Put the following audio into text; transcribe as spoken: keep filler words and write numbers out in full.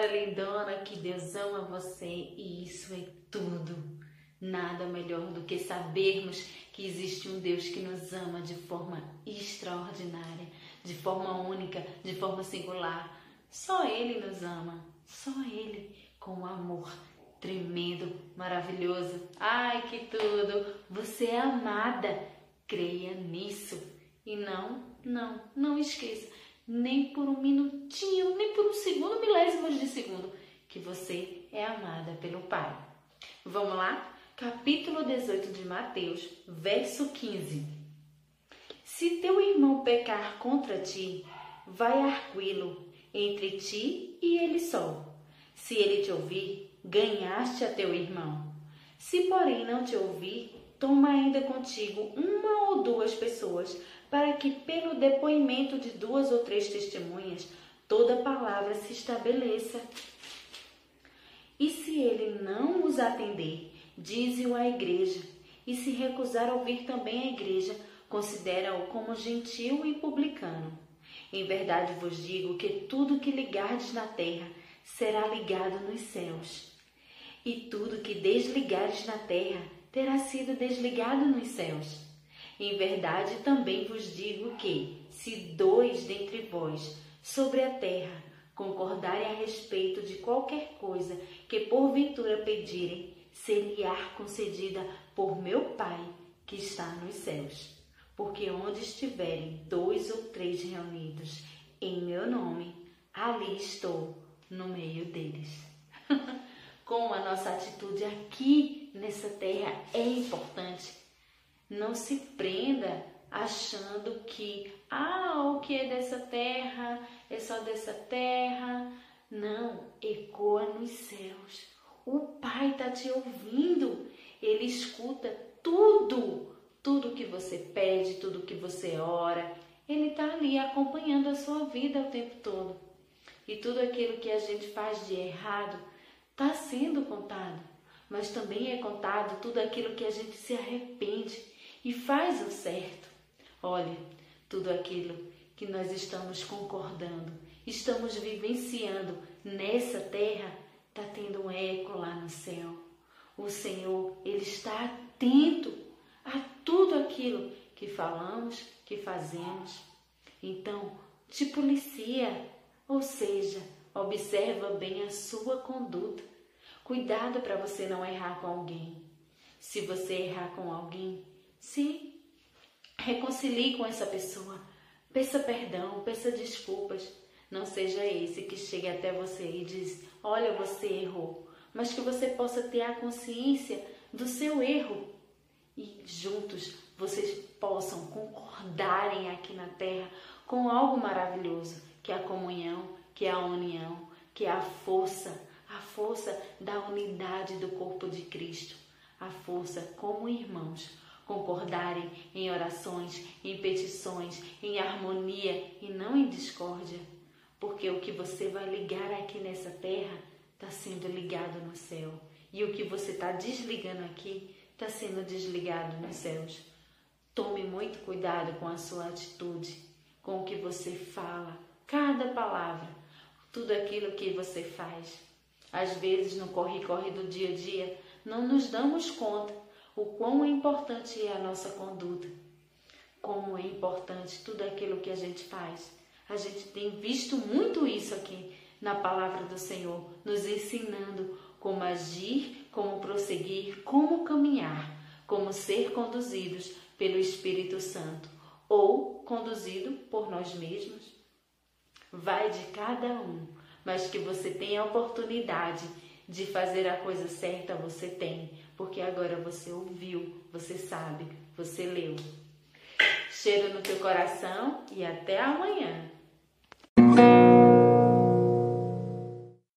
senhora lindona, que Deus ama você e isso é tudo. Nada melhor do que sabermos que existe um Deus que nos ama de forma extraordinária, de forma única, de forma singular. Só Ele nos ama, só Ele, com um amor tremendo, maravilhoso. Ai, que tudo! Você é amada, creia nisso. E não, não, não esqueça, nem por um minutinho, nem por um segundo, milésimos de segundo, que você é amada pelo Pai. Vamos lá? Capítulo dezoito de Mateus, verso quinze. Se teu irmão pecar contra ti, vai argüí-lo entre ti e ele só. Se ele te ouvir, ganhaste a teu irmão. Se, porém, não te ouvir, toma ainda contigo uma ou duas pessoas, para que, pelo depoimento de duas ou três testemunhas, toda palavra se estabeleça. E se ele não os atender, dize-o à igreja, e se recusar a ouvir também a igreja, considera-o como gentil e publicano. Em verdade vos digo que tudo que ligardes na terra será ligado nos céus, e tudo que desligares na terra terá sido desligado nos céus. Em verdade também vos digo que, se dois dentre vós sobre a terra concordarem a respeito de qualquer coisa que porventura pedirem, ser-lhe-á concedida por meu Pai que está nos céus. Porque onde estiverem dois ou três reunidos em meu nome, ali estou no meio deles. Como a nossa atitude aqui nessa terra é importante. Não se prenda achando que ah, o que é dessa terra é só dessa terra. Não, ecoa nos céus. O Pai está te ouvindo. Ele escuta tudo, tudo que você pede, tudo que você ora. Ele está ali acompanhando a sua vida o tempo todo. E tudo aquilo que a gente faz de errado está sendo contado. Mas também é contado tudo aquilo que a gente se arrepende e faz o certo. Olha, tudo aquilo que nós estamos concordando, estamos vivenciando nessa terra, está tendo um eco lá no céu. O Senhor, Ele está atento a tudo aquilo que falamos, que fazemos. Então, te policia, ou seja, observa bem a sua conduta. Cuidado para você não errar com alguém. Se você errar com alguém, se reconcilie com essa pessoa. Peça perdão, peça desculpas. Não seja esse que chegue até você e diz, olha, você errou. Mas que você possa ter a consciência do seu erro. E juntos vocês possam concordarem aqui na terra com algo maravilhoso, que é a comunhão, que é a união, que é a força, a força da unidade do corpo de Cristo. A força como irmãos, concordarem em orações, em petições, em harmonia e não em discórdia. Porque o que você vai ligar aqui nessa terra está sendo ligado no céu. E o que você está desligando aqui está sendo desligado nos céus. Tome muito cuidado com a sua atitude, com o que você fala, cada palavra, tudo aquilo que você faz. Às vezes, no corre-corre do dia a dia, não nos damos conta o quão importante é a nossa conduta, como é importante tudo aquilo que a gente faz. A gente tem visto muito isso aqui na palavra do Senhor, nos ensinando como agir, como prosseguir, como caminhar, como ser conduzidos pelo Espírito Santo ou conduzido por nós mesmos. Vai de cada um, mas que você tenha a oportunidade de fazer a coisa certa, você tem, porque agora você ouviu, você sabe, você leu. Cheiro no teu coração e até amanhã.